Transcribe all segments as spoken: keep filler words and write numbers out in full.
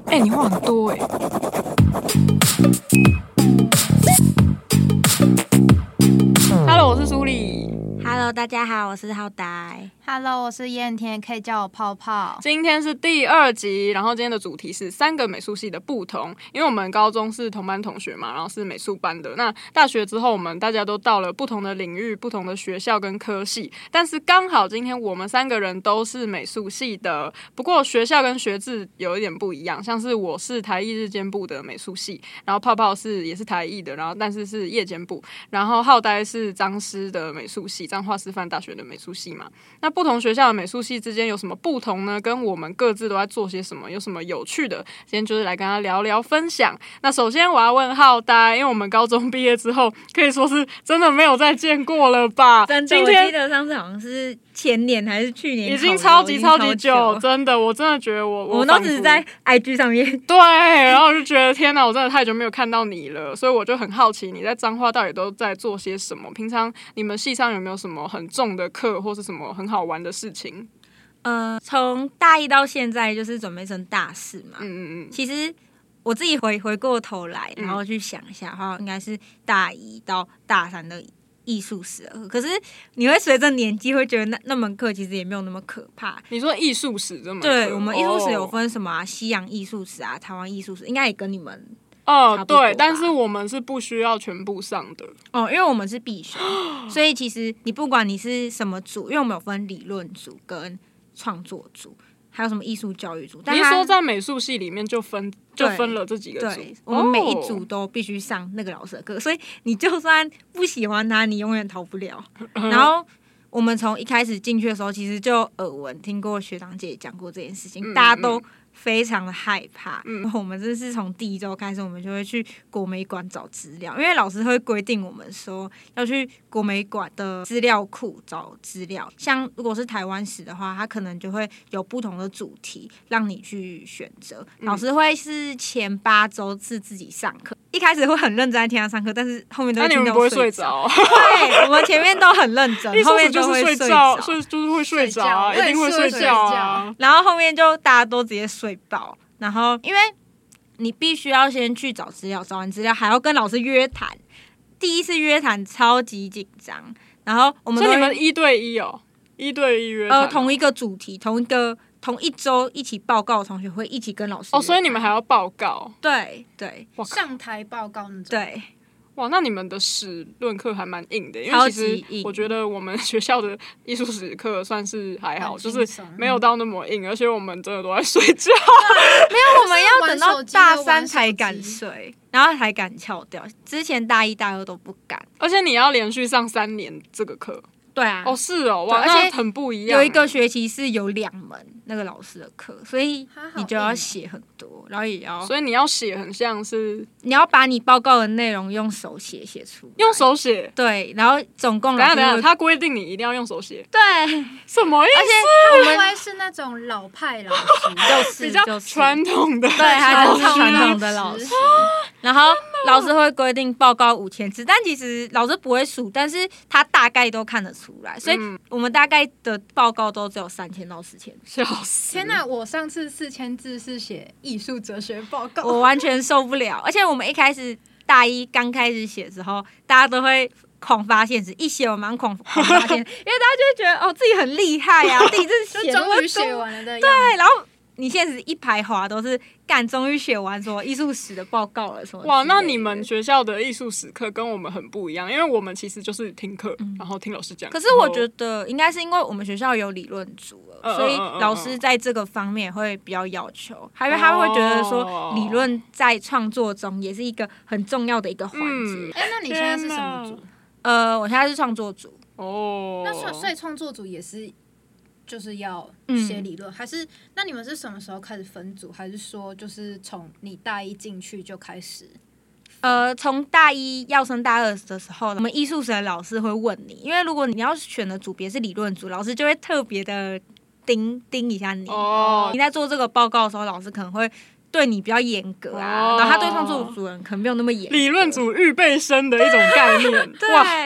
哎、欸，你话很多哎、欸。Hello， 我是苏里。 Hello， 大家好，我是浩呆。 Hello， 我是燕天，可以叫我泡泡。 今天是第二集，然后今天的主题是三个美术系的不同。因为我们高中是同班同学嘛，然后是美术班的。那大学之后，我们大家都到了不同的领域、不同的学校跟科系，但是刚好今天我们三个人都是美术系的。不过学校跟学制有一点不一样，像是我是台艺日间部的美术系，然后泡泡是也是台艺的，然后但是是夜间部，然后浩呆是彰师的美术系，彰化师范大学的美术系嘛。那不同学校的美术系之间有什么不同呢？跟我们各自都在做些什么？有什么有趣的？今天就是来跟他聊聊分享。那首先我要问浩呆，因为我们高中毕业之后，可以说是真的没有再见过了吧？ 真的，今天我记得上次好像是前年还是去年， 已经超级超级久，真的，我真的觉得我我们都只是在 I G 上面对，然后我就觉得天哪，我真的太久没有看到你了，所以我就很好奇你在彰化到底都在做些什么？平常你们系上有没有什么很重的课，或是什么很好玩的事情？ 呃，从大一到现在就是准备升大四嘛。 嗯嗯嗯。 其实我自己回回过头来，然后去想一下的话，应该是大一到大三的艺术史。可是你会随着年纪会觉得那那门课其实也没有那么可怕。 你说艺术史这门课？ 对，我们艺术史有分什么、啊哦、西洋艺术史啊、台湾艺术史，应该也跟你们。 哦，对，但是我们是不需要全部上的哦，因为我们是必修，所以其实你不管你是什么组，因为我们有分理论组跟创作组，还有什么艺术教育组。 你是说在美术系里面就分就分了这几个组？ 对，我们每一组都必须上那个老师的课，所以你就算不喜欢他，你永远逃不了。然后我们从一开始进去的时候，其实就耳闻听过学长姐讲过这件事情，嗯、大家都非常的害怕。嗯，我们真是从第一周开始，我们就会去国美馆找资料，因为老师会规定我们说要去国美馆的资料库找资料。像如果是台湾史的话，它可能就会有不同的主题让你去选择。嗯、老师会是前八周是自己上课，一开始会很认真在听他上课，但是后面都会听到睡着。 那你们不会睡着？ 对，我们前面都很认真，后面就会睡着，睡就是会睡着啊，一定会睡觉啊。 然后后面就大家都直接睡饱，然后因为你必须要先去找资料，找完资料还要跟老师约谈，第一次约谈超级紧张，然后我们所以你们一对一哦，一对一约谈、哦， 呃，同一个主题，同一个同一周一起报告的同学会一起跟老师哦，所以你们还要报告， 对对， 上台报告那种， 对。 哇，那你们的史论课还蛮硬的，因为其实我觉得我们学校的艺术史课算是还好，就是没有到那么硬，而且我们真的都在睡觉。 没有，我们要等到大三才敢睡，然后才敢翘掉。之前大一、大二都不敢。 而且你要连续上三年这个课。 对啊， 哦是哦，哇，而且很不一样。 有一个学期是有两门那个老师的课，所以你就要写很多，然后也要， 所以你要写很像是你要把你报告的内容用手写写出来， 用手写。 对，然后总共等一下等一下，他规定你一定要用手写。 对， 什么意思？ 而且我们是那种老派老师， 就是比较传统的， 对，他就是传统的老师。然后老师会规定报告五千字，但其实老师不会数，但是他大概都看得出来，所以我们大概的报告都只有三千到四千字。 笑死！ 天哪，我上次四千字是写艺术哲学报告， 我完全受不了。而且我们一开始大一刚开始写的时候，大家都会狂发现实，一写我马上狂狂发现，因为大家就会觉得哦自己很厉害呀、啊，第一次写终于写完了的样子。 对，然后你现实一排滑都是干，终于写完什么艺术史的报告了什么。 哇，那你们学校的艺术史课跟我们很不一样，因为我们其实就是听课，嗯、然后听老师讲。 可是我觉得应该是因为我们学校有理论组了，嗯、所以老师在这个方面会比较要求，因为他会觉得说理论在创作中也是一个很重要的一个环节。 哎、嗯，那你现在是什么组？ 呃，我现在是创作组。 哦， 那所以创作组也是。就是要写理论、嗯，还是那你们是什么时候开始分组？还是说就是从你大一进去就开始？ 呃，从大一要升大二的时候，我们艺术史的老师会问你，因为如果你要选的组别是理论组，老师就会特别的盯盯一下你。哦，你在做这个报告的时候，老师可能会对你比较严格啊，哦、然后他对创作组人可能没有那么严格。 理论组预备生的一种概念， 对。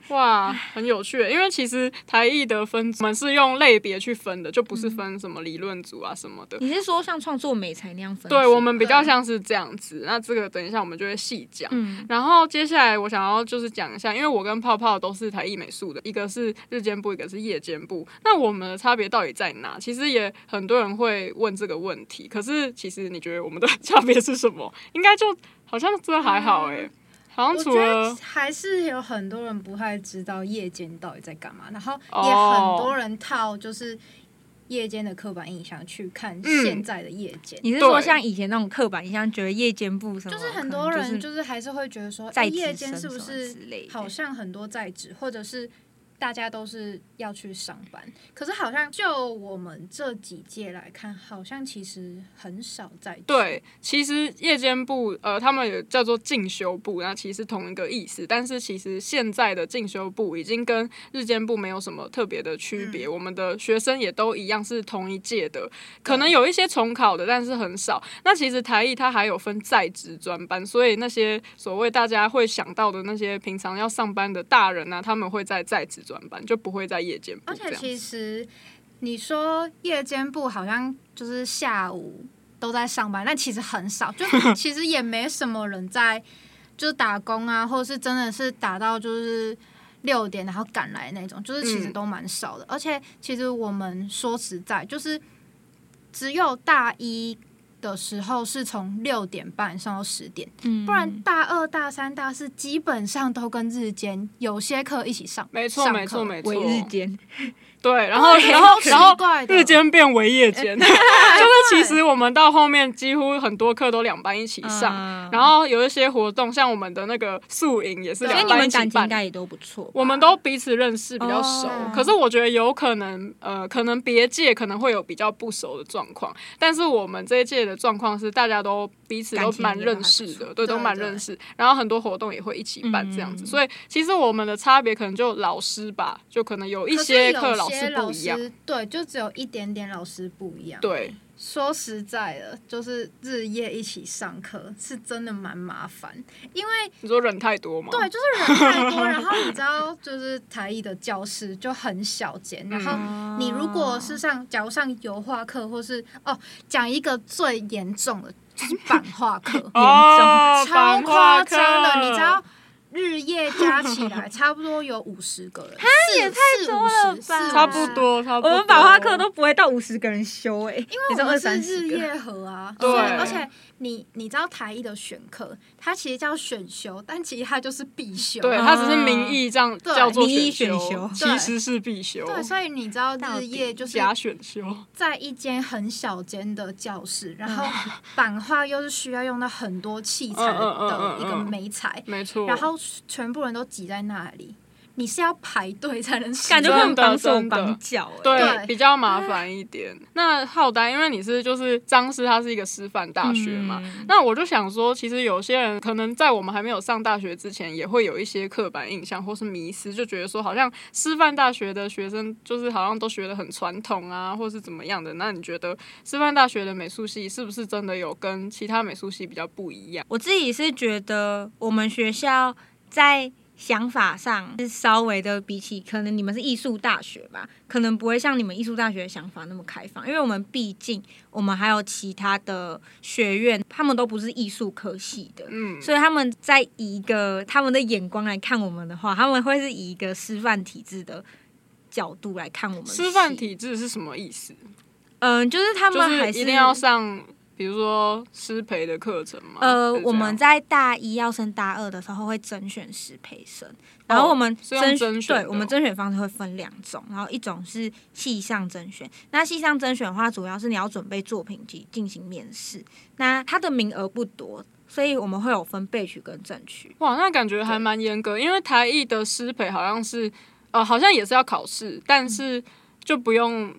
哇，很有趣，因为其实台艺的分我们是用类别去分的，就不是分什么理论组啊什么的。 你是说像创作美才那样分？ 对，我们比较像是这样子。那这个等一下我们就会细讲。嗯，然后接下来我想要就是讲一下，因为我跟泡泡都是台艺美术的，一个是日间部，一个是夜间部。那我们的差别到底在哪？其实也很多人会问这个问题。可是其实你觉得我们的差别是什么？应该就好像真的还好哎、欸。好像除了还是有很多人不太知道夜间到底在干嘛，然后也很多人套就是夜间的刻板印象去看现在的夜间、嗯。 你是说像以前那种刻板印象，觉得夜间部什么？ 就是很多人就是还是会觉得说，哎、欸，夜间是不是好像很多在职，或者是大家都是要去上班？可是好像就我们这几届来看，好像其实很少在职。 对，其实夜间部呃，他们也叫做进修部，那其实同一个意思。但是其实现在的进修部已经跟日间部没有什么特别的区别、嗯，我们的学生也都一样是同一届的，可能有一些重考的，但是很少。那其实台艺它还有分在职专班，所以那些所谓大家会想到的那些平常要上班的大人啊，他们会在在职专班，就不会在夜间部。 而且其实你说夜间部好像就是下午都在上班，但其实很少，就其实也没什么人在就是打工啊，或者是真的是打到就是六点然后赶来那种，就是其实都蛮少的、嗯。而且其实我们说实在，就是只有大一的时候是从六点半上到十点、嗯，不然大二、大三、大四基本上都跟日间有些课一起上， 没错没错没错， 为日间。 对，然后然后然后日间变为夜间，就是其实我们到后面几乎很多课都两班一起上、嗯，然后有一些活动，像我们的那个宿营也是两班一起办， 所以你们感情应该也都不错， 我们都彼此认识比较熟、哦。可是我觉得有可能，呃，可能别届可能会有比较不熟的状况，但是我们这一届的状况是大家都彼此都蛮认识的，对，都蛮认识，然后很多活动也会一起办这样子，嗯、所以其实我们的差别可能就老师吧，就可能有一些课老师。不一样， 对，就只有一点点老师不一样。 对， 说实在的，就是日夜一起上课是真的蛮麻烦，因为你说人太多吗？ 对，就是人太多，然后你知道，就是台艺的教室就很小间，然后你如果是上，假如上油画课，或是哦，讲一个最严重的，就是版画课，严重、 哦、 超夸张的，你知道。日夜加起来差不多有五十个人， 他也太多了吧？ 差不多，差不多。 我们版画课都不会到五十个人修哎、欸， 因为我们是日夜合啊。 对， 而且你你知道台艺的选课，它其实叫选修，但其实它就是必修。 对，它只是名义这样叫做选修，选修其实是必修。 对，所以你知道日夜就是假选修， 在一间很小间的教室，然后版画又是需要用到很多器材的一个媒材， 没错， 然后。全部人都挤在那里，你是要排队才能使用，感觉很绑手绑脚、欸， 对，比较麻烦一点。那浩丹，因为你是就是彰师，它是一个师范大学嘛、嗯，那我就想说，其实有些人可能在我们还没有上大学之前，也会有一些刻板印象或是迷思，就觉得说好像师范大学的学生就是好像都学得很传统啊，或是怎么样的。那你觉得师范大学的美术系是不是真的有跟其他美术系比较不一样？ 我自己是觉得我们学校在想法上是稍微的比起可能你们是艺术大学吧，可能不会像你们艺术大学的想法那么开放，因为我们毕竟我们还有其他的学院，他们都不是艺术科系的，嗯，所以他们在以一个他们的眼光来看我们的话，他们会是以一个师范体制的角度来看我们。 师范体制是什么意思？ 嗯，就是他们还是、 就是、一定要上。比如说师培的课程嘛， 呃，我们在大一要升大二的时候会甄选师培生，然后我们甄、 哦、甄选， 对，我们甄选方式会分两种，然后一种是系上甄选，那系上甄选的话，主要是你要准备作品集进行面试，那它的名额不多，所以我们会有分备取跟正取。 哇，那感觉还蛮严格，因为台艺的师培好像是，呃，好像也是要考试，但是就不用。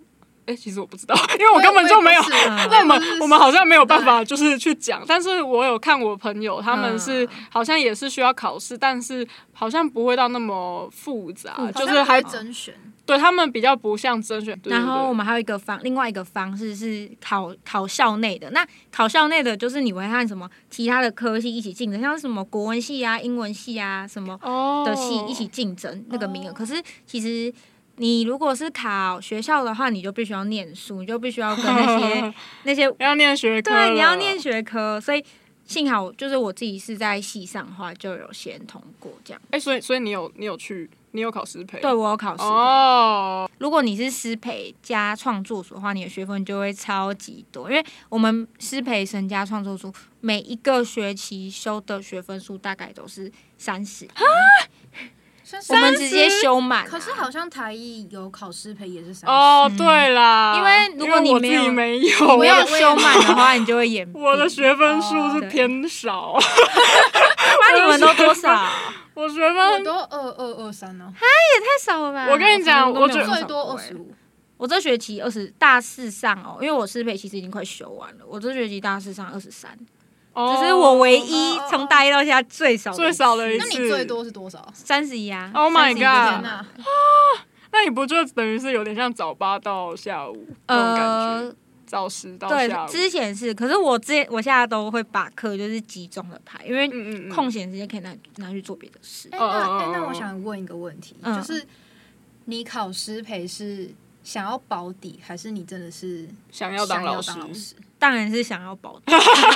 哎、欸，其实我不知道，因为我根本就没有。那我们我们好像没有办法就是去讲，但是我有看我朋友，他们是、嗯、好像也是需要考试，但是好像不会到那么复杂，嗯、就是还甄选。 对他们比较不像甄选。对对对， 然后我们还有一个方，另外一个方式是考考校内的。那考校内的就是你会看什么其他的科系一起竞争，像是什么国文系啊、英文系啊什么的系一起竞争、oh. 那个名额。可是其实。你如果是考学校的话，你就必须要念书，你就必须要跟那些那些要念学科， 对，你要念学科，所以幸好就是我自己是在系上的话就有先通过这样。 哎、欸，所以所以你有你有去，你有考师培？ 对，我有考师培。哦，如果你是师培加创作所的话，你的学分就会超级多，因为我们师培生加创作组每一个学期修的学分数大概都是三十。我们直接修满、啊， 可是好像台艺有考师培也是三十哦，对啦， 因为如果你没有没有没有修满的话，你就会延毕。 我的学分数是偏少， 那你们都多少？ 我学分我都二二二三呢， 哈也太少了吧！ 我跟你讲，我觉得最多二十五。 我这学期二十大四上哦，因为我师培其实已经快修完了，我这学期大四上二十三。这、就是我唯一从大一到现在最少的最少的一次。 那你最多是多少？ 三十一啊 ！Oh my god！ 啊， 那你不就等于是有点像早八到下午那种感觉？呃、早十到下午。 对，之前是，可是我之前我现在都会把课就是集中的排，因为空闲时间可以拿拿去做别的事。 哎、欸，那哎、欸，那我想问一个问题，嗯、就是你考师培是想要保底，还是你真的是想要当老师？ 当然是想要保底。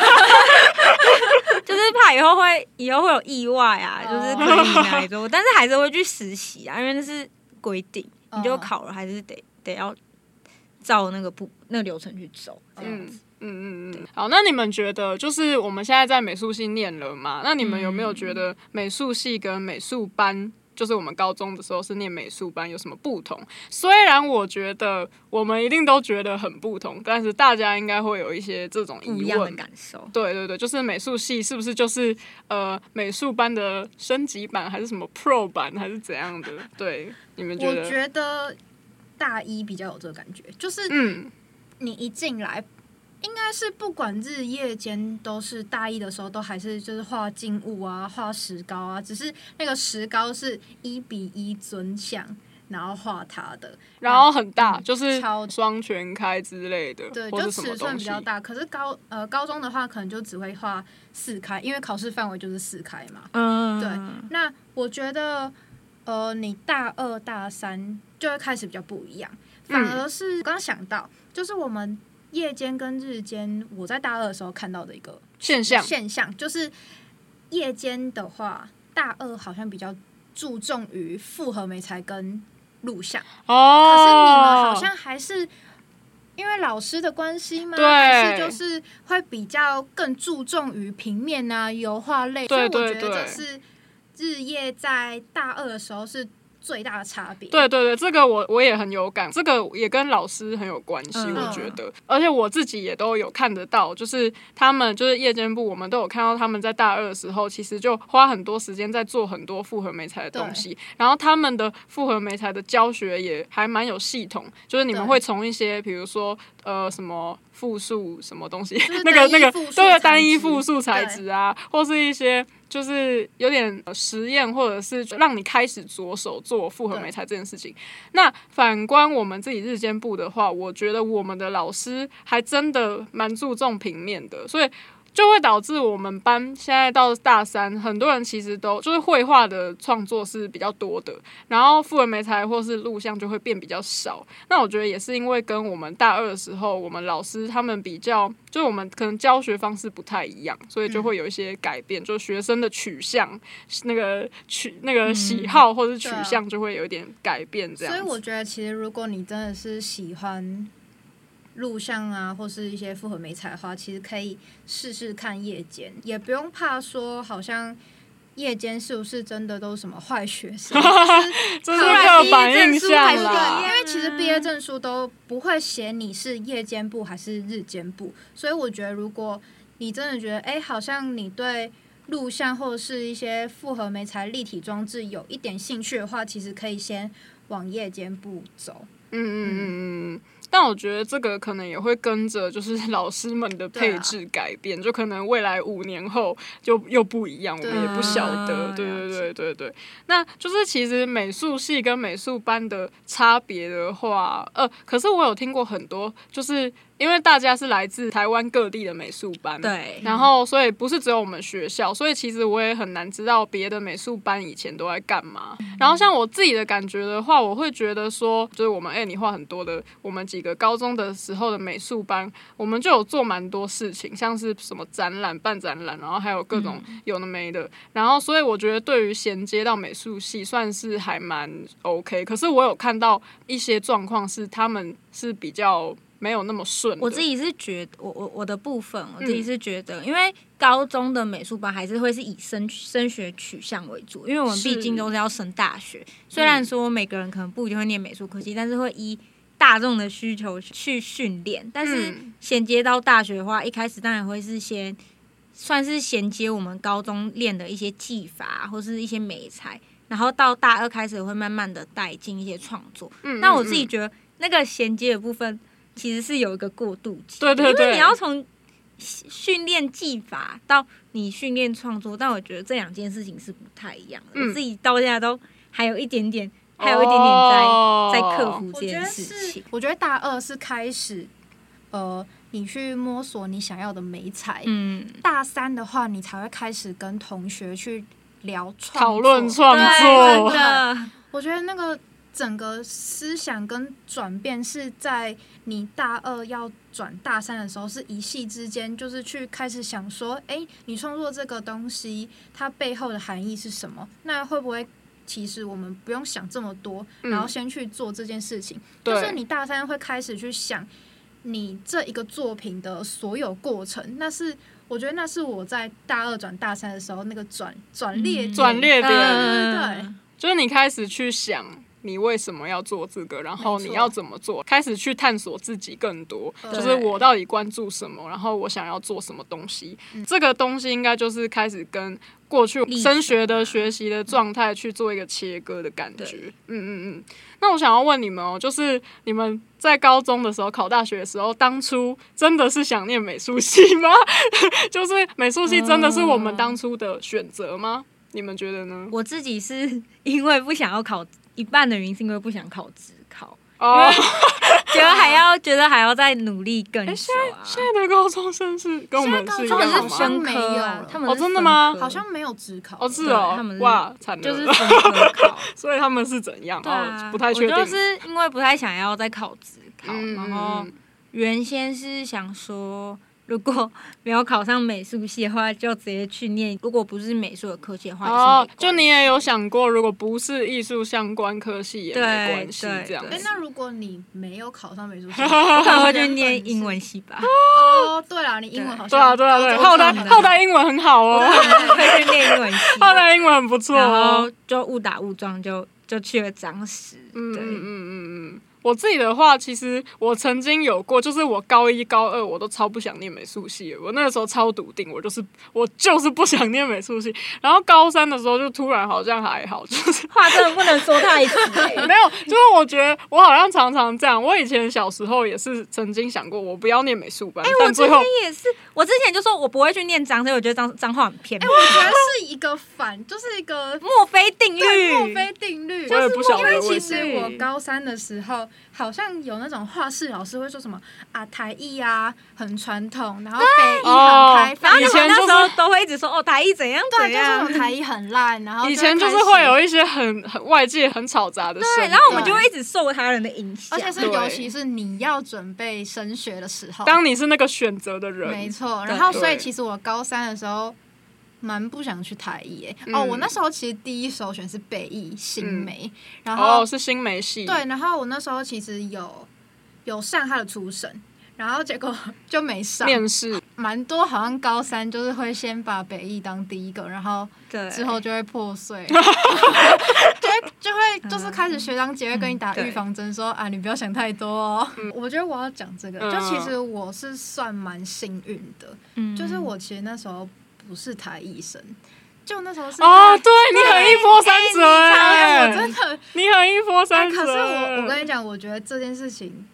就是怕以后会以后会有意外啊， oh. 就是可以拿来做，但是还是会去实习啊，因为那是规定，你就考了还是得得要照那个步那个流程去走，这样子。 嗯嗯嗯，好，那你们觉得就是我们现在在美术系念了嘛？那你们有没有觉得美术系跟美术班？就是我们高中的时候是念美术班，有什么不同？虽然我觉得我们一定都觉得很不同，但是大家应该会有一些这种疑问不一样的感受。 对对对，就是美术系是不是就是呃美术班的升级版，还是什么 Pro 版，还是怎样的？对，你们觉得？ 我觉得大一比较有这个感觉，就是嗯，你一进来。应该是不管日夜间都是大一的时候都还是就是画静物啊，画石膏啊，只是那个石膏是一比一尊像，然后画它的， 然后很大，嗯、就是双全开之类的， 对，就尺寸比较大。可是高呃高中的话，可能就只会画四开，因为考试范围就是四开嘛。嗯，对。那我觉得呃，你大二大三就会开始比较不一样，反而是我刚刚想到，就是我们。夜间跟日间，我在大二的时候看到的一个现象， 现象就是夜间的话，大二好像比较注重于复合媒材跟录像，哦，可是你们好像还是因为老师的关系吗？还是就是会比较更注重于平面啊、油画类， 对对对， 所以我觉得这是日夜在大二的时候是。最大的差别， 对对对，这个我我也很有感，这个也跟老师很有关系，嗯、我觉得，而且我自己也都有看得到，就是他们就是夜间部，我们都有看到他们在大二的时候，其实就花很多时间在做很多复合媒材的东西，然后他们的复合媒材的教学也还蛮有系统，就是你们会从一些比如说呃什么复数什么东西，那个那个对单一复数材质啊，或是一些。就是有点实验，或者是让你开始着手做复合媒材这件事情。那反观我们自己日间部的话，我觉得我们的老师还真的蛮注重平面的，所以就会导致我们班现在到大三，很多人其实都就是绘画的创作是比较多的，然后复合媒材或是录像就会变比较少。那我觉得也是因为跟我们大二的时候，我们老师他们比较，就是我们可能教学方式不太一样，所以就会有一些改变，嗯、就是学生的取向、那个取那个喜好或者取向就会有一点改变这样、嗯。 所以我觉得，其实如果你真的是喜欢。录像啊，或是一些复合媒材的话，其实可以试试看夜间，也不用怕说好像夜间是不是真的都是什么坏学生， 这是刻板印象啦。 因为其实毕业证书都不会写你是夜间部还是日间部，所以我觉得如果你真的觉得，哎、欸，好像你对录像或者是一些复合媒材立体装置有一点兴趣的话，其实可以先往夜间部走。 嗯嗯嗯嗯， 但我觉得这个可能也会跟着就是老师们的配置改变，啊、就可能未来五年后就又不一样，我们也不晓得。对对对对对，那就是其实美术系跟美术班的差别的话，呃，可是我有听过很多，就是因为大家是来自台湾各地的美术班， 对， 然后所以不是只有我们学校，所以其实我也很难知道别的美术班以前都在干嘛。嗯、然后像我自己的感觉的话，我会觉得说，就是我们哎，你画很多的，我们几个高中的时候的美术班，我们就有做蛮多事情，像是什么展览、办展览，然后还有各种有的没的。嗯、然后所以我觉得对于衔接到美术系算是还蛮 OK。可是我有看到一些状况是他们是比较没有那么顺。 我自己是觉得，我我我的部分，我自己是觉得，嗯、因为高中的美术班还是会是以升升学取向为主，因为我们毕竟都是要升大学。虽然说每个人可能不一定会念美术科技，但是会依大众的需求去训练。但是衔接到大学的话，一开始当然会是先算是衔接我们高中练的一些技法或是一些美材，然后到大二开始会慢慢的带进一些创作。嗯，那我自己觉得那个衔接的部分其实是有一个过渡期， 对对对， 因为你要从训练技法到你训练创作，但我觉得这两件事情是不太一样的。嗯、我自己到现在都还有一点点，还有一点点在、哦、在克服这件事情。 我觉得大二是开始，呃，你去摸索你想要的媒材。嗯，大三的话，你才会开始跟同学去聊创作、 讨论创作。 真的， 我觉得那个整个思想跟转变是在你大二要转大三的时候，是一夕之间，就是去开始想说，哎，你创作这个东西，它背后的含义是什么？那会不会其实我们不用想这么多，然后先去做这件事情？嗯、就是你大三会开始去想你这一个作品的所有过程，那是我觉得那是我在大二转大三的时候那个转转捩点， 转捩点， 对对对， 就是你开始去想你为什么要做这个，然后你要怎么做，开始去探索自己更多，就是我到底关注什么，然后我想要做什么东西。这个东西应该就是开始跟过去升学的学习的状态去做一个切割的感觉。嗯嗯嗯。那我想要问你们哦，就是你们在高中的时候考大学的时候，当初真的是想念美术系吗？就是美术系真的是我们当初的选择吗？你们觉得呢？ 我自己是因为不想要考，一半的原因是因为不想考指考， 哦， 觉得还要觉得还要再努力更久啊。 现在的高中生是跟我们是一样吗？ 他们是分科啊，他们哦真的吗？ 好像没有指考。 哦是哦， 他们是哇惨了， 就是分科考， 所以他们是怎样？ 对啊， 哦不太确定。 我就是因为不太想要再考指考， 嗯、 然后原先是想说，如果没有考上美术系的话，就直接去念。如果不是美术的科系的话， 哦，就你也有想过，如果不是艺术相关科系也没关系，这样子。 哎，那如果你没有考上美术系， 我可能会去念英文系吧。 哦，对啦，你英文好像对啊对啊对，浩代浩代英文很好哦， 会去念英文系， 浩代英文很不错哦， 然后就误打误撞就就去了彰师。 嗯嗯嗯嗯嗯。我自己的话，其实我曾经有过，就是我高一、高二我都超不想念美术系的，我那个时候超笃定，我就是我就是不想念美术系。然后高三的时候就突然好像还好，就是话真的不能说太直、欸。 没有，就是我觉得我好像常常这样。我以前小时候也是曾经想过，我不要念美术班， 哎、欸， 但最后我之前也是，我之前就说我不会去念彰，所以我觉得彰彰化很偏。 哎、欸，我觉得是一个反，就是一个墨菲定律， 墨菲定律。 我也不晓得， 因为其实我高三的时候。好像有那种画室老师会说什么啊，台艺啊很传统，然后北艺很开放， 然后以前那时候都会一直说哦台艺怎样怎样， 对，就是台艺很烂，然后以前就是会有一些很很外界很嘈杂的声音， 对，然后我们就会一直受他人的影响， 而且是尤其是你要准备升学的时候， 当你是那个选择的人， 没错。然后所以其实我高三的时候。蛮不想去台艺诶、欸嗯，哦，我那时候其实第一首选是北艺新媒、嗯，然后哦是新媒系， 对，然后我那时候其实有有上他的初审，然后结果就没上面试， 蛮多好像高三就是会先把北艺当第一个，然后之后就会破碎，就会就会就是开始学长姐会跟你打预防针说、嗯、啊你不要想太多哦，嗯、我觉得我要讲这个、嗯，就其实我是算蛮幸运的、嗯，就是我其实那时候。不是台艺生，就那时候是哦，对你很一波三折哎、欸， 我真的你很一波三折、欸。 可是我我跟你讲，我觉得这件事情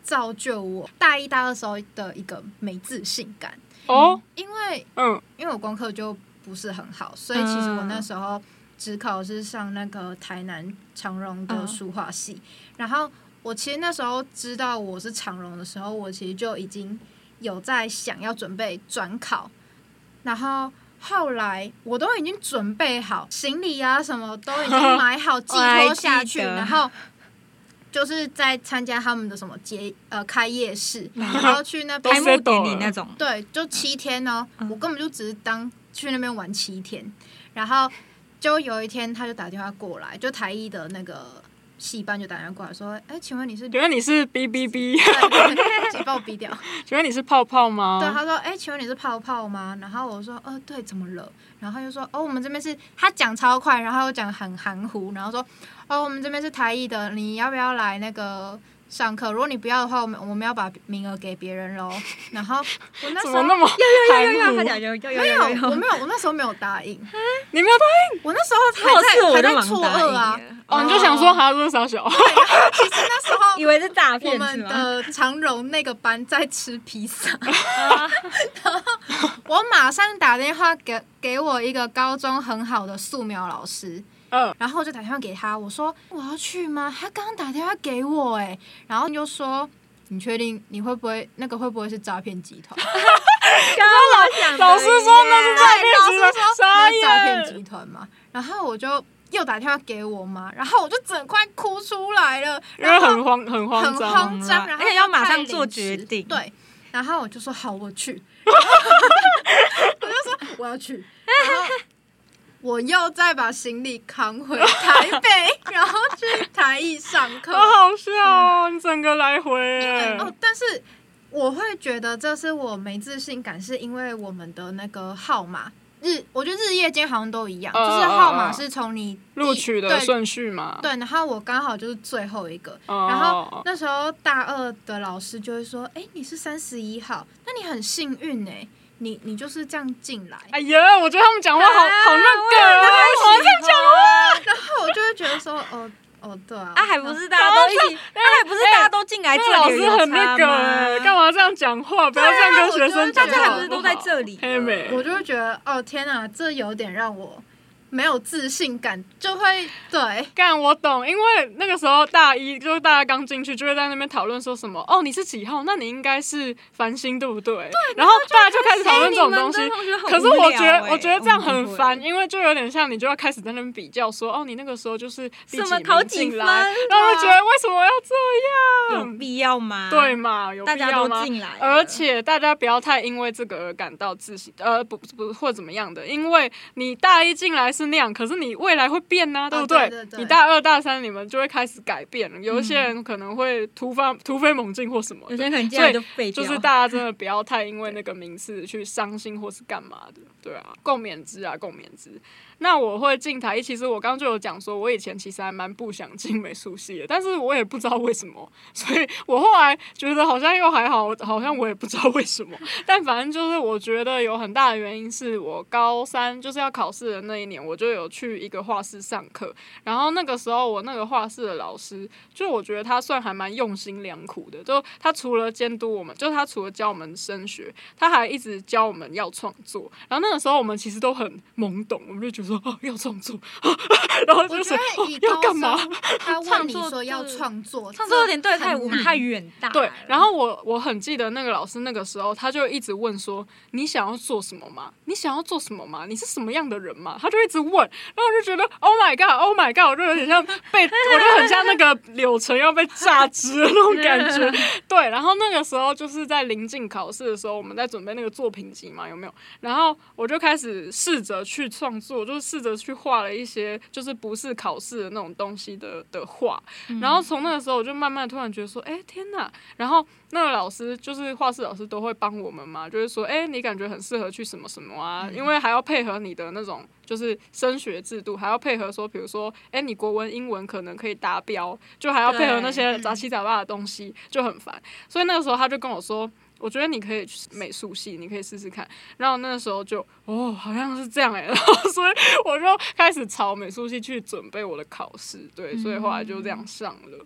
造就我大一、大二时候的一个没自信感。 哦， 因为嗯， 因为我功课就不是很好，所以其实我那时候只考是上那个台南长荣的书画系，嗯、然后我其实那时候知道我是长荣的时候，我其实就已经有在想要准备转考，然后后来我都已经准备好行李啊，什么都已经买好寄托下去，然后就是在参加他们的什么节呃开业式，然后去那开幕典礼那种， 对，就七天哦，嗯、我根本就只是当去那边玩七天，然后就有一天他就打电话过来，就台艺的那个系办就打电话过来说，哎，请问你是？ 请问你是 B B B？ 请把我逼掉。 请问你是泡泡吗？ 对，他说，哎，请问你是泡泡吗？然后我说，呃，对，怎么了？然后他就说，哦，我们这边是，他讲超快，然后又讲很含糊，然后说，哦，我们这边是台艺的，你要不要来那个上课？如果你不要的话，我们我们要把名额给别人喽。然后我那时候怎么那么要要要要要，他讲有有有有有， 我没有，我那时候没有答应。 你没有答应？ 我那时候还在还在错愕啊。 哦，你就想说哈，这是傻小。 对，然后其实那时候以为是诈骗， 我们的长荣那个班在吃披萨，然后我马上打电话给给我一个高中很好的素描老师。 嗯， 然后我就打电话给他，我说我要去吗？他刚刚打电话给我哎，然后你就说你确定你会不会那个会不会是诈骗集团？ 老师说那是诈骗集团， 那是诈骗集团嘛？然后我就又打电话给我妈，然后我就整快哭出来了， 因为很慌很慌张，很慌张，然后而且要马上做决定。 对，然后我就说好，我去，我就说我要去，然后我又再把行李扛回台北，然后去台艺上课。 好好笑哦，你整个来回。 哦，但是我会觉得这是我没自信感，是因为我们的那个号码日，我觉得日夜间好像都一样，呃、就是号码是从你录取的顺序嘛。 对，然后我刚好就是最后一个，呃、然后那时候大二的老师就会说：“哎、欸，你是三十一号，那你很幸运哎、欸。”你你就是这样进来， 哎呀，我觉得他们讲话好、啊、好那个，好在讲话， 然后我就会觉得说，哦哦，对啊， 啊还不是大家都一起，啊还不是大家都进来这里， 老师很那个哎，干嘛这样讲话？不要这样跟学生讲话， 大家还不是都在这里？ 黑美， 我就会觉得，哦天哪，这有点让我没有自信感，就会对干我懂，因为那个时候大一就是大家刚进去，就会在那边讨论说什么哦你是几号，那你应该是繁星对不对？对，然后大家就开始讨论这种东西。可是我觉得我觉得这样很烦，因为就有点像你就要开始在那边比较说哦你那个时候就是第几名进来，然后就觉得为什么要这样？有必要吗？ 对嘛，有必要吗？而且大家不要太因为这个而感到自信，呃不不或怎么样的，因为你大一进来是那样，可是你未来会变呐、啊，对不对？ 哦、对对对， 你大二大三你们就会开始改变了，有一些人可能会突发突飞猛进或什么的， 有些人可能进来就废掉。就是大家真的不要太因为那个名次去伤心或是干嘛的，对啊，共勉之啊，共勉之。那我会进台艺，其实我刚刚就有讲说，我以前其实还蛮不想进美术系的，但是我也不知道为什么，所以我后来觉得好像又还好，好像我也不知道为什么，但反正就是我觉得有很大的原因是我高三就是要考试的那一年，我就有去一个画室上课，然后那个时候我那个画室的老师，就我觉得他算还蛮用心良苦的，就他除了监督我们，就是他除了教我们升学，他还一直教我们要创作，然后那个时候我们其实都很懵懂，我们就觉得说哦要创作，然后就是、哦、要干嘛？ 他问你说要创作， 创作有点对太我们太远大了。 对，然后我我很记得那个老师那个时候，他就一直问说你想要做什么吗？你想要做什么吗？你是什么样的人吗？他就一直问，然后我就觉得 Oh my God Oh my God， 我就有点像被，我就很像那个柳橙要被榨汁的那种感觉。对，然后那个时候就是在临近考试的时候，我们在准备那个作品集嘛，有没有？然后我就开始试着去创作，就是试着去画了一些就是不是考试的那种东西的的画。然后从那个时候我就慢慢突然觉得说，哎天哪！然后那个老师就是画室老师都会帮我们嘛，就是说，哎你感觉很适合去什么什么啊，因为还要配合你的那种就是升学制度，还要配合说，比如说，哎你国文英文可能可以达标，就还要配合那些杂七杂八的东西，就很烦。所以那个时候他就跟我说，我觉得你可以去美术系，你可以试试看。然后那个时候就哦，好像是这样哎、欸，然后所以我就开始朝美术系去准备我的考试，对，所以后来就这样上了。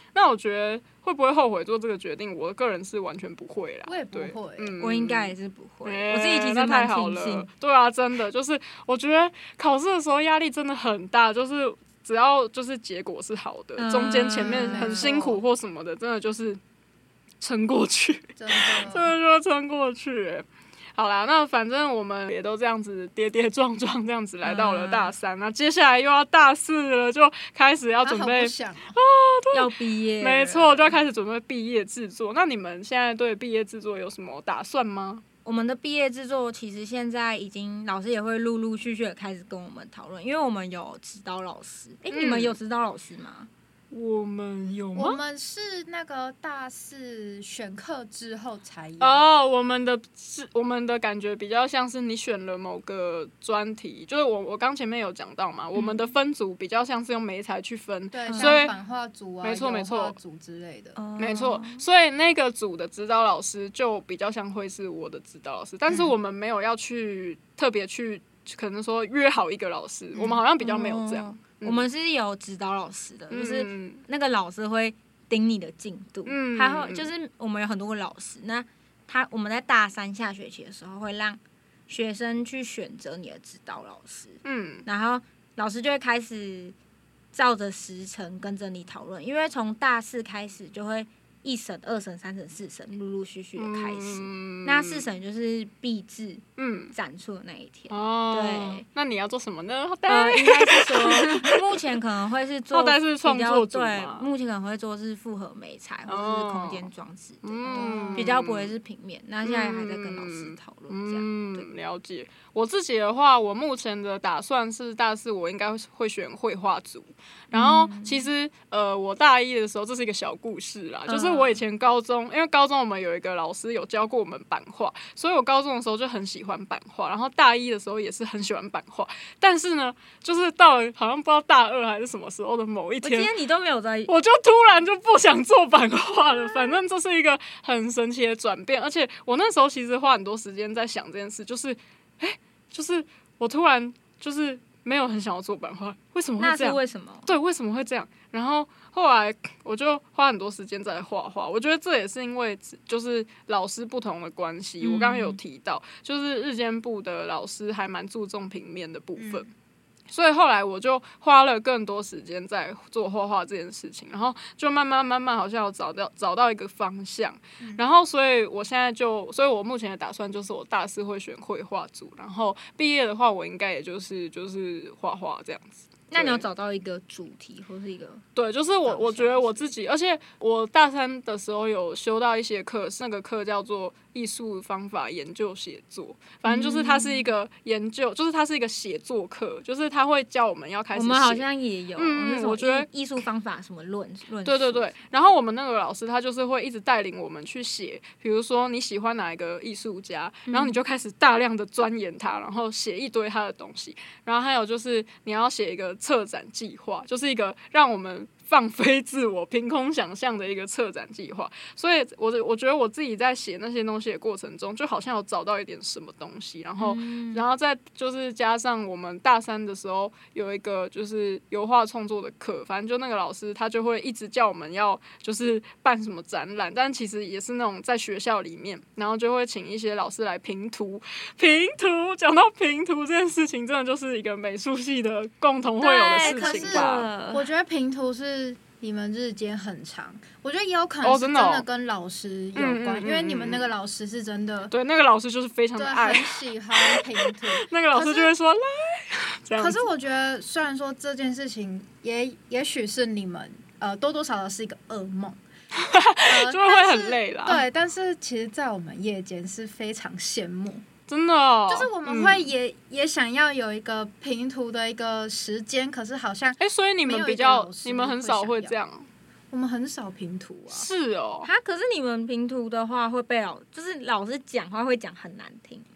那我觉得会不会后悔做这个决定？我个人是完全不会啦。 我也不会， 嗯， 我应该也是不会。 欸、 我自己其实蛮庆幸。 对啊，真的就是我觉得考试的时候压力真的很大，就是只要就是结果是好的，嗯、中间前面很辛苦或什么的，真的就是撑过去， 真的真的就要撑过去、欸。好啦，那反正我们也都这样子跌跌撞撞这样子来到了大三，那、嗯、接下来又要大四了，就开始要准备啊， 要毕业， 没错，就要开始准备毕业制作。那你们现在对毕业制作有什么打算吗？ 我们的毕业制作其实现在已经老师也会陆陆续续的开始跟我们讨论，因为我们有指导老师。哎、欸，嗯、你们有指导老师吗？ 我们有吗？ 我们是那个大四选课之后才有。 哦，我们的是我们的感觉比较像是你选了某个专题，就是我我刚前面有讲到嘛，嗯、我们的分组比较像是用媒材去分， 对， 所以版画组啊、 没错没错组之类的， 哦、 没错。所以那个组的指导老师就比较像会是我的指导老师，但是我们没有要去特别去，可能说约好一个老师，嗯、我们好像比较没有这样。 哦嗯、我们是有指导老师的，嗯、就是那个老师会盯你的进度，嗯，他会就是我们有很多个老师，那他我们在大三下学期的时候会让学生去选择你的指导老师，嗯，然后老师就会开始照着时程跟着你讨论，因为从大四开始就会一审、二审、三审、四审陆陆续续的开始，嗯、那四审就是毕制，嗯，展出的那一天。哦，对， 那你要做什么呢？ 呃，应该是说，目前可能会是做比较是创作组对，目前可能会做是复合媒材或者是空间装置的，嗯、比较不会是平面。那现在还在跟老师讨论这样。 嗯，对，了解。我自己的话，我目前的打算是大四我应该会选绘画组。然后其实呃，我大一的时候，这是一个小故事啦，就是我以前高中，因为高中我们有一个老师有教过我们版画，所以我高中的时候就很喜欢版画，然后大一的时候也是很喜欢版画。但是呢，就是到了好像不知道大二还是什么时候的某一天， 我今天你都没有在， 我就突然就不想做版画了。反正这是一个很神奇的转变，而且我那时候其实花很多时间在想这件事，就是哎、欸，就是我突然就是没有很想要做版画，为什么会这样？ 那是为什么？ 对，为什么会这样？然后后来我就花很多时间在画画，我觉得这也是因为就是老师不同的关系。嗯、我刚刚有提到，就是日间部的老师还蛮注重平面的部分。嗯，所以后来我就花了更多时间在做画画这件事情，然后就慢慢慢慢好像有找到找到一个方向，嗯、然后所以我现在就，所以我目前的打算就是我大四会选绘画组，然后毕业的话我应该也就是就是画画这样子。 那你有找到一个主题或是一个？ 对，就是我我觉得我自己，而且我大三的时候有修到一些课，那个课叫做艺术方法研究写作，反正就是它是一个研究，嗯、就是它是一个写作课，就是它会教我们要开始写。 我们好像也有， 嗯，我觉得艺术方法什么论论。 对对对，然后我们那个老师他就是会一直带领我们去写，比如说你喜欢哪一个艺术家，然后你就开始大量的钻研他，然后写一堆他的东西，然后还有就是你要写一个策展计划，就是一个让我们放飞自我、凭空想象的一个策展计划。所以我我觉得我自己在写那些东西的过程中，就好像有找到一点什么东西，然后，嗯、然后再就是加上我们大三的时候有一个就是油画创作的课，反正就那个老师他就会一直叫我们要就是办什么展览，但其实也是那种在学校里面，然后就会请一些老师来评图。评图，讲到评图这件事情，真的就是一个美术系的共同会有的事情吧。 我觉得评图是你们日间很长，我觉得也有可能是真的跟老师有关，哦哦、因为你们那个老师是真的， 对，那个老师就是非常的爱， 很喜欢评图。 那个老师就会说来，这样子。 可是我觉得，虽然说这件事情也也许是你们呃多多少少是一个噩梦。 呃、就会很累啦。 对，但是其实，在我们夜间是非常羡慕。 真的、哦， 就是我们会也、嗯、也想要有一个评图的一个时间，可是好像哎、欸，所以你们比较，你们很少会这样。 我们很少评图啊。 是哦。 哈，可是你们评图的话会被老，就是老师讲话会讲很难听吗？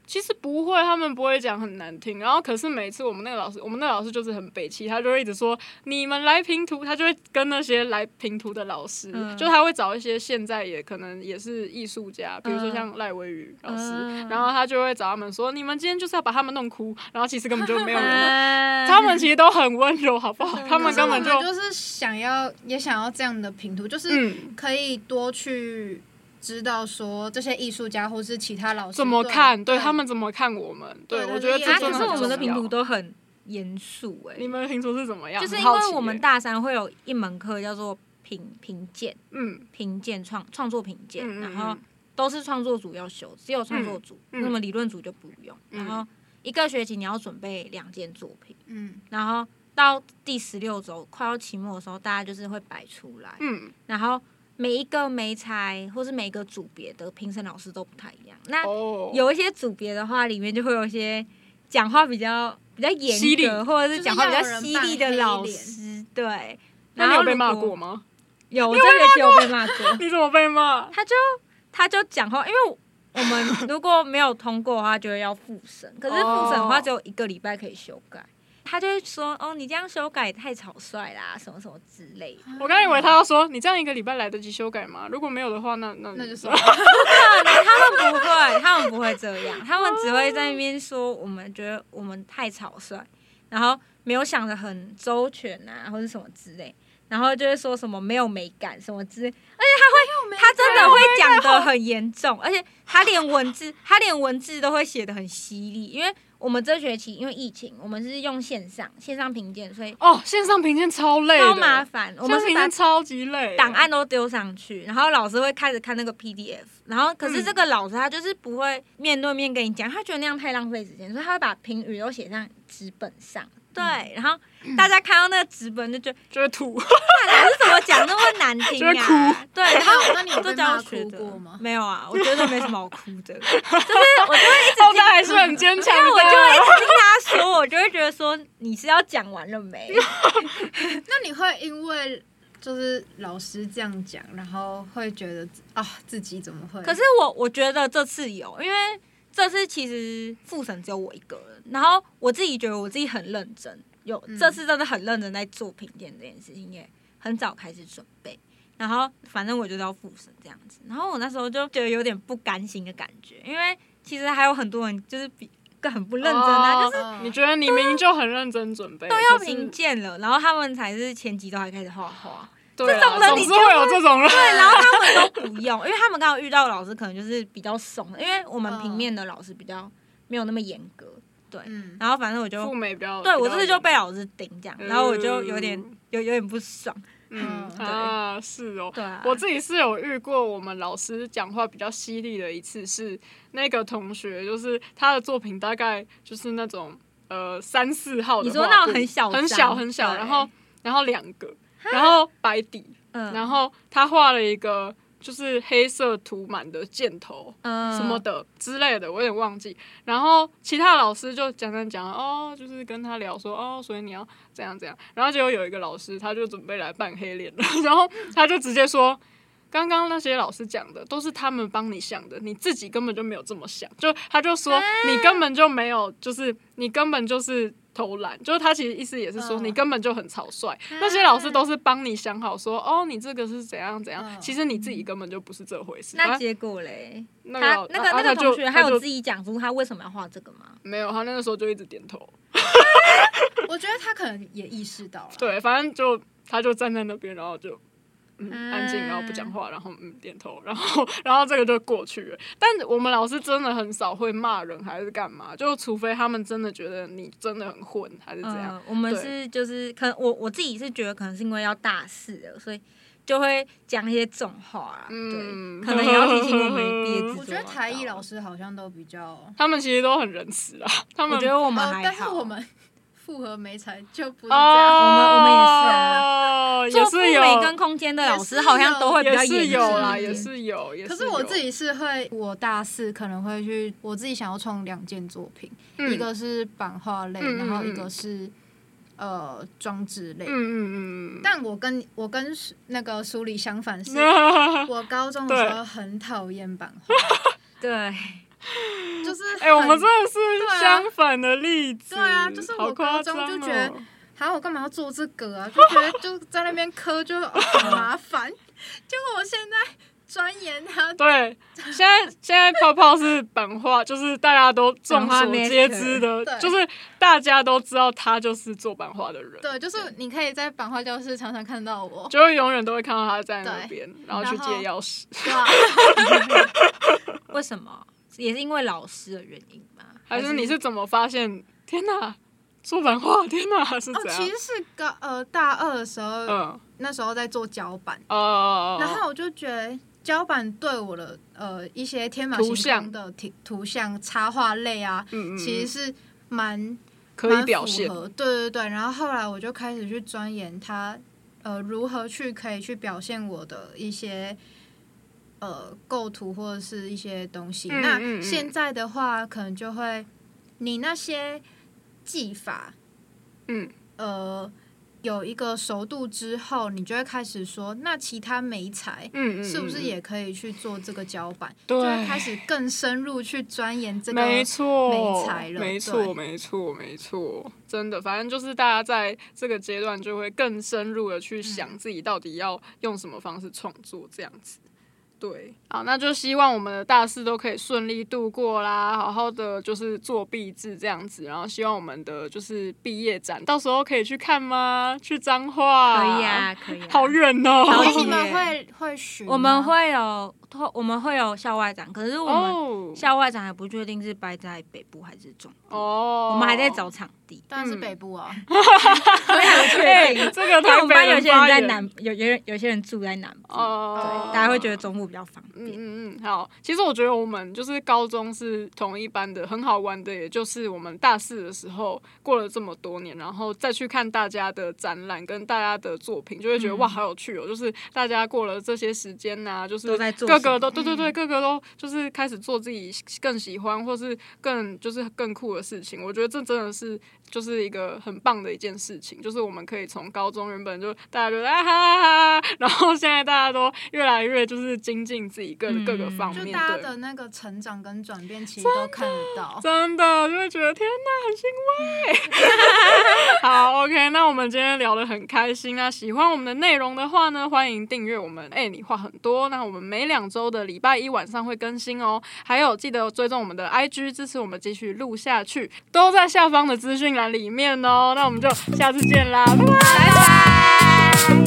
其实不会，他们不会讲很难听。然后可是每次我们那个老师，我们那个老师就是很北七，他就会一直说你们来评图，他就会跟那些来评图的老师，嗯、就他会找一些现在也可能也是艺术家，比如说像赖维宇老师，嗯、然后他就会找他们说，你们今天就是要把他们弄哭，然后其实根本就没有人，嗯、他们其实都很温柔，好不好？他们根本就就是想要也想要这样的评图，就是可以多去。知道说这些艺术家或是其他老师怎么看，对, 对他们怎么看我们，对, 对, 对我觉得这真的很重要。 可是我们的评图都很严肃哎。 你们的评图是怎么样？ 就是因为我们大三会有一门课叫做评评鉴， 嗯， 评鉴创创作评鉴， 嗯嗯嗯然后都是创作组要修，只有创作组，嗯、那么理论组就不用。嗯、然后一个学期你要准备两件作品， 嗯， 然后到第十六周快要期末的时候，大家就是会摆出来， 嗯， 然后。每一个媒材或是每一个组别的评审老师都不太一样。那有一些组别的话，里面就会有一些讲话比较比较严格，或者是讲话比较犀利的老师。对， 那你有被骂过吗？ 有，我这学期有被骂过。 你怎么被骂？ 他就他就讲话，因为我们如果没有通过的话，就会要复审。可是复审的话，只有一个礼拜可以修改。他就会说：“哦，你这样修改太草率啦，什么什么之类的。” 我刚以为他要说：“你这样一个礼拜来得及修改吗？如果没有的话，那那那就是。” 他们不会，他们不会这样，他们只会在那边说我们觉得我们太草率，然后没有想得很周全啊，或者什么之类，然后就会说什么没有美感什么之类，而且他会，他真的会讲得很严重，而且他连文字，他连文字都会写得很犀利，因为。我们这学期因为疫情，我们是用线上线上评鉴，所以哦，线上评鉴超累的， 超麻烦。我们评鉴超级累， 档案都丢上去，然后老师会开始看那个 P D F， 然后可是这个老师他就是不会面对面跟你讲，他觉得那样太浪费时间，所以他会把评语都写上纸本上。对，然后大家看到那个纸本就觉得就会吐， 老师怎么讲那么难听啊？ 就会哭。 对，然后那你有被骂哭过吗？ 没有啊，我觉得没什么好哭的，就是我就会一直听， 他还是很坚强的， 我就会一直听他说，我就会觉得说你是要讲完了没？ 那你会因为就是老师这样讲，然后会觉得啊自己怎么会？ 可是我我觉得这次有，因为。这次其实复审只有我一个人，然后我自己觉得我自己很认真，有、嗯、这次真的很认真在做评鉴这件事情，也很早开始准备，然后反正我就要复审这样子，然后我那时候就觉得有点不甘心的感觉，因为其实还有很多人就是比很不认真啊， 哦、 就是你觉得你明明就很认真准备， 都要评鉴了，然后他们才是前几都还开始画画。 对这种人你总是会有这种人， 对，然后他们都不用，因为他们刚好遇到的老师可能就是比较松的，因为我们平面的老师比较没有那么严格，对， 嗯、 然后反正我就赴美比较， 对我这次就被老师盯这样，然后我就有点有有点不爽， 嗯，对啊，是哦， 对啊， 我自己是有遇过我们老师讲话比较犀利的一次，是那个同学，就是他的作品大概就是那种呃三四号的， 你说那种很小很小很小，然后然后两个。然后白底，嗯、然后他画了一个就是黑色涂满的箭头，嗯、什么的之类的，我有点忘记。然后其他的老师就讲讲讲，哦，就是跟他聊说，哦，所以你要怎样怎样。然后结果有一个老师，他就准备来扮黑脸了，然后他就直接说，刚刚那些老师讲的都是他们帮你想的，你自己根本就没有这么想。就他就说，你根本就没有，就是你根本就是。偷懒，就是他其实意思也是说，你根本就很草率。嗯、那些老师都是帮你想好说，哦，你这个是怎样怎样，嗯、其实你自己根本就不是这回事。 那结果嘞？ 那个他那个、啊、那个同学，他有自己讲出他为什么要画这个吗？ 没有，他那个时候就一直点头。 我觉得他可能也意识到了。 对，反正就他就站在那边，然后就。嗯，安静，然后不讲话，然后嗯点头，然后然后这个就过去了。但我们老师真的很少会骂人还是干嘛，就除非他们真的觉得你真的很混还是怎样。 呃、我们是就是可能我我自己是觉得可能是因为要大四了，所以就会讲一些重话啦。嗯，对，可能也要提醒我们毕业制作。 我觉得台艺老师好像都比较， 他们其实都很仁慈啦。他们我觉得我们还好， 呃、但是我们。复合媒材就不是这样，哦、我们我们也是啊， 做复媒跟空间的老师好像都会比较严谨，也是有啦，也是有，也是有。 可是我自己是会，我大四可能会去，我自己想要创两件作品，嗯、一个是版画类，嗯、然后一个是呃装置类。嗯嗯嗯。但我跟我跟那个苏里相反是，我高中的时候很讨厌版画。 对。 就是哎、欸，我们真的是相反的例子。 对啊，就是我高中就觉得，好、哦，我干嘛要做这个啊？就觉得就在那边磕就很麻烦。结果我现在钻研它。 对，现在现在泡泡是版画，就是大家都众所皆知的，就是大家都知道他就是做版画的人。 对，就是你可以在版画教室常常看到我， 就会永远都会看到他在那边，然后去借钥匙。 对啊。 为什么？也是因为老师的原因吗？ 还是你是怎么发现？天哪，做版画，天哪，是怎样？ 哦，其实是高呃大二的时候，嗯，那时候在做胶板，哦，然后我就觉得胶板对我的呃一些天马行空的图图像插画类啊，嗯嗯，其实是蛮可以表现， 对对对。然后后来我就开始去钻研它，呃，如何去可以去表现我的一些。呃，构图或者是一些东西，嗯、那现在的话，可能就会你那些技法，嗯，呃，有一个熟度之后，你就会开始说，那其他媒材，嗯是不是也可以去做这个胶板？就会开始更深入去钻研这个媒材了。 没错，没错，没错，真的，反正就是大家在这个阶段就会更深入的去想自己到底要用什么方式创作，这样子。对，好，那就希望我们的大四都可以顺利度过啦，好好的就是做毕制这样子，然后希望我们的就是毕业展到时候可以去看吗？去彰化？ 可以啊，可以、啊。 好远哦！ 哎、欸，你们会会巡？ 我们会有，我们会有校外展，可是我们校外展还不确定是摆在北部还是中部哦，我们还在找场地。 当然是北部啊， 非常确定。 这个台北班有些人在南，有有人有些人住在南部，哦，对，大家会觉得中部比较方便。 嗯嗯嗯，好。其实我觉得我们就是高中是同一班的，很好玩的，也就是我们大四的时候过了这么多年，然后再去看大家的展览跟大家的作品，就会觉得、嗯、哇，好有趣哦！就是大家过了这些时间呐、啊，就是各个都对对对，各个都就是开始做自己更喜欢或是更就是更酷的事情。我觉得这真的是就是一个很棒的一件事情，就是我们可以从高中原本就大家就啊哈哈哈，然后现在大家都越来越就是精进自己各、嗯、各个方面， 就大家的那个成长跟转变其实都看得到， 真的就会觉得天哪，很欣慰。好 ，OK， 那我们今天聊得很开心啊！喜欢我们的内容的话呢，欢迎订阅我们。哎、欸，你话很多，那我们每两周的礼拜一晚上会更新哦。还有记得追踪我们的 I G， 支持我们继续录下去，都在下方的资讯栏里面哦。那我们就下次见啦，拜拜。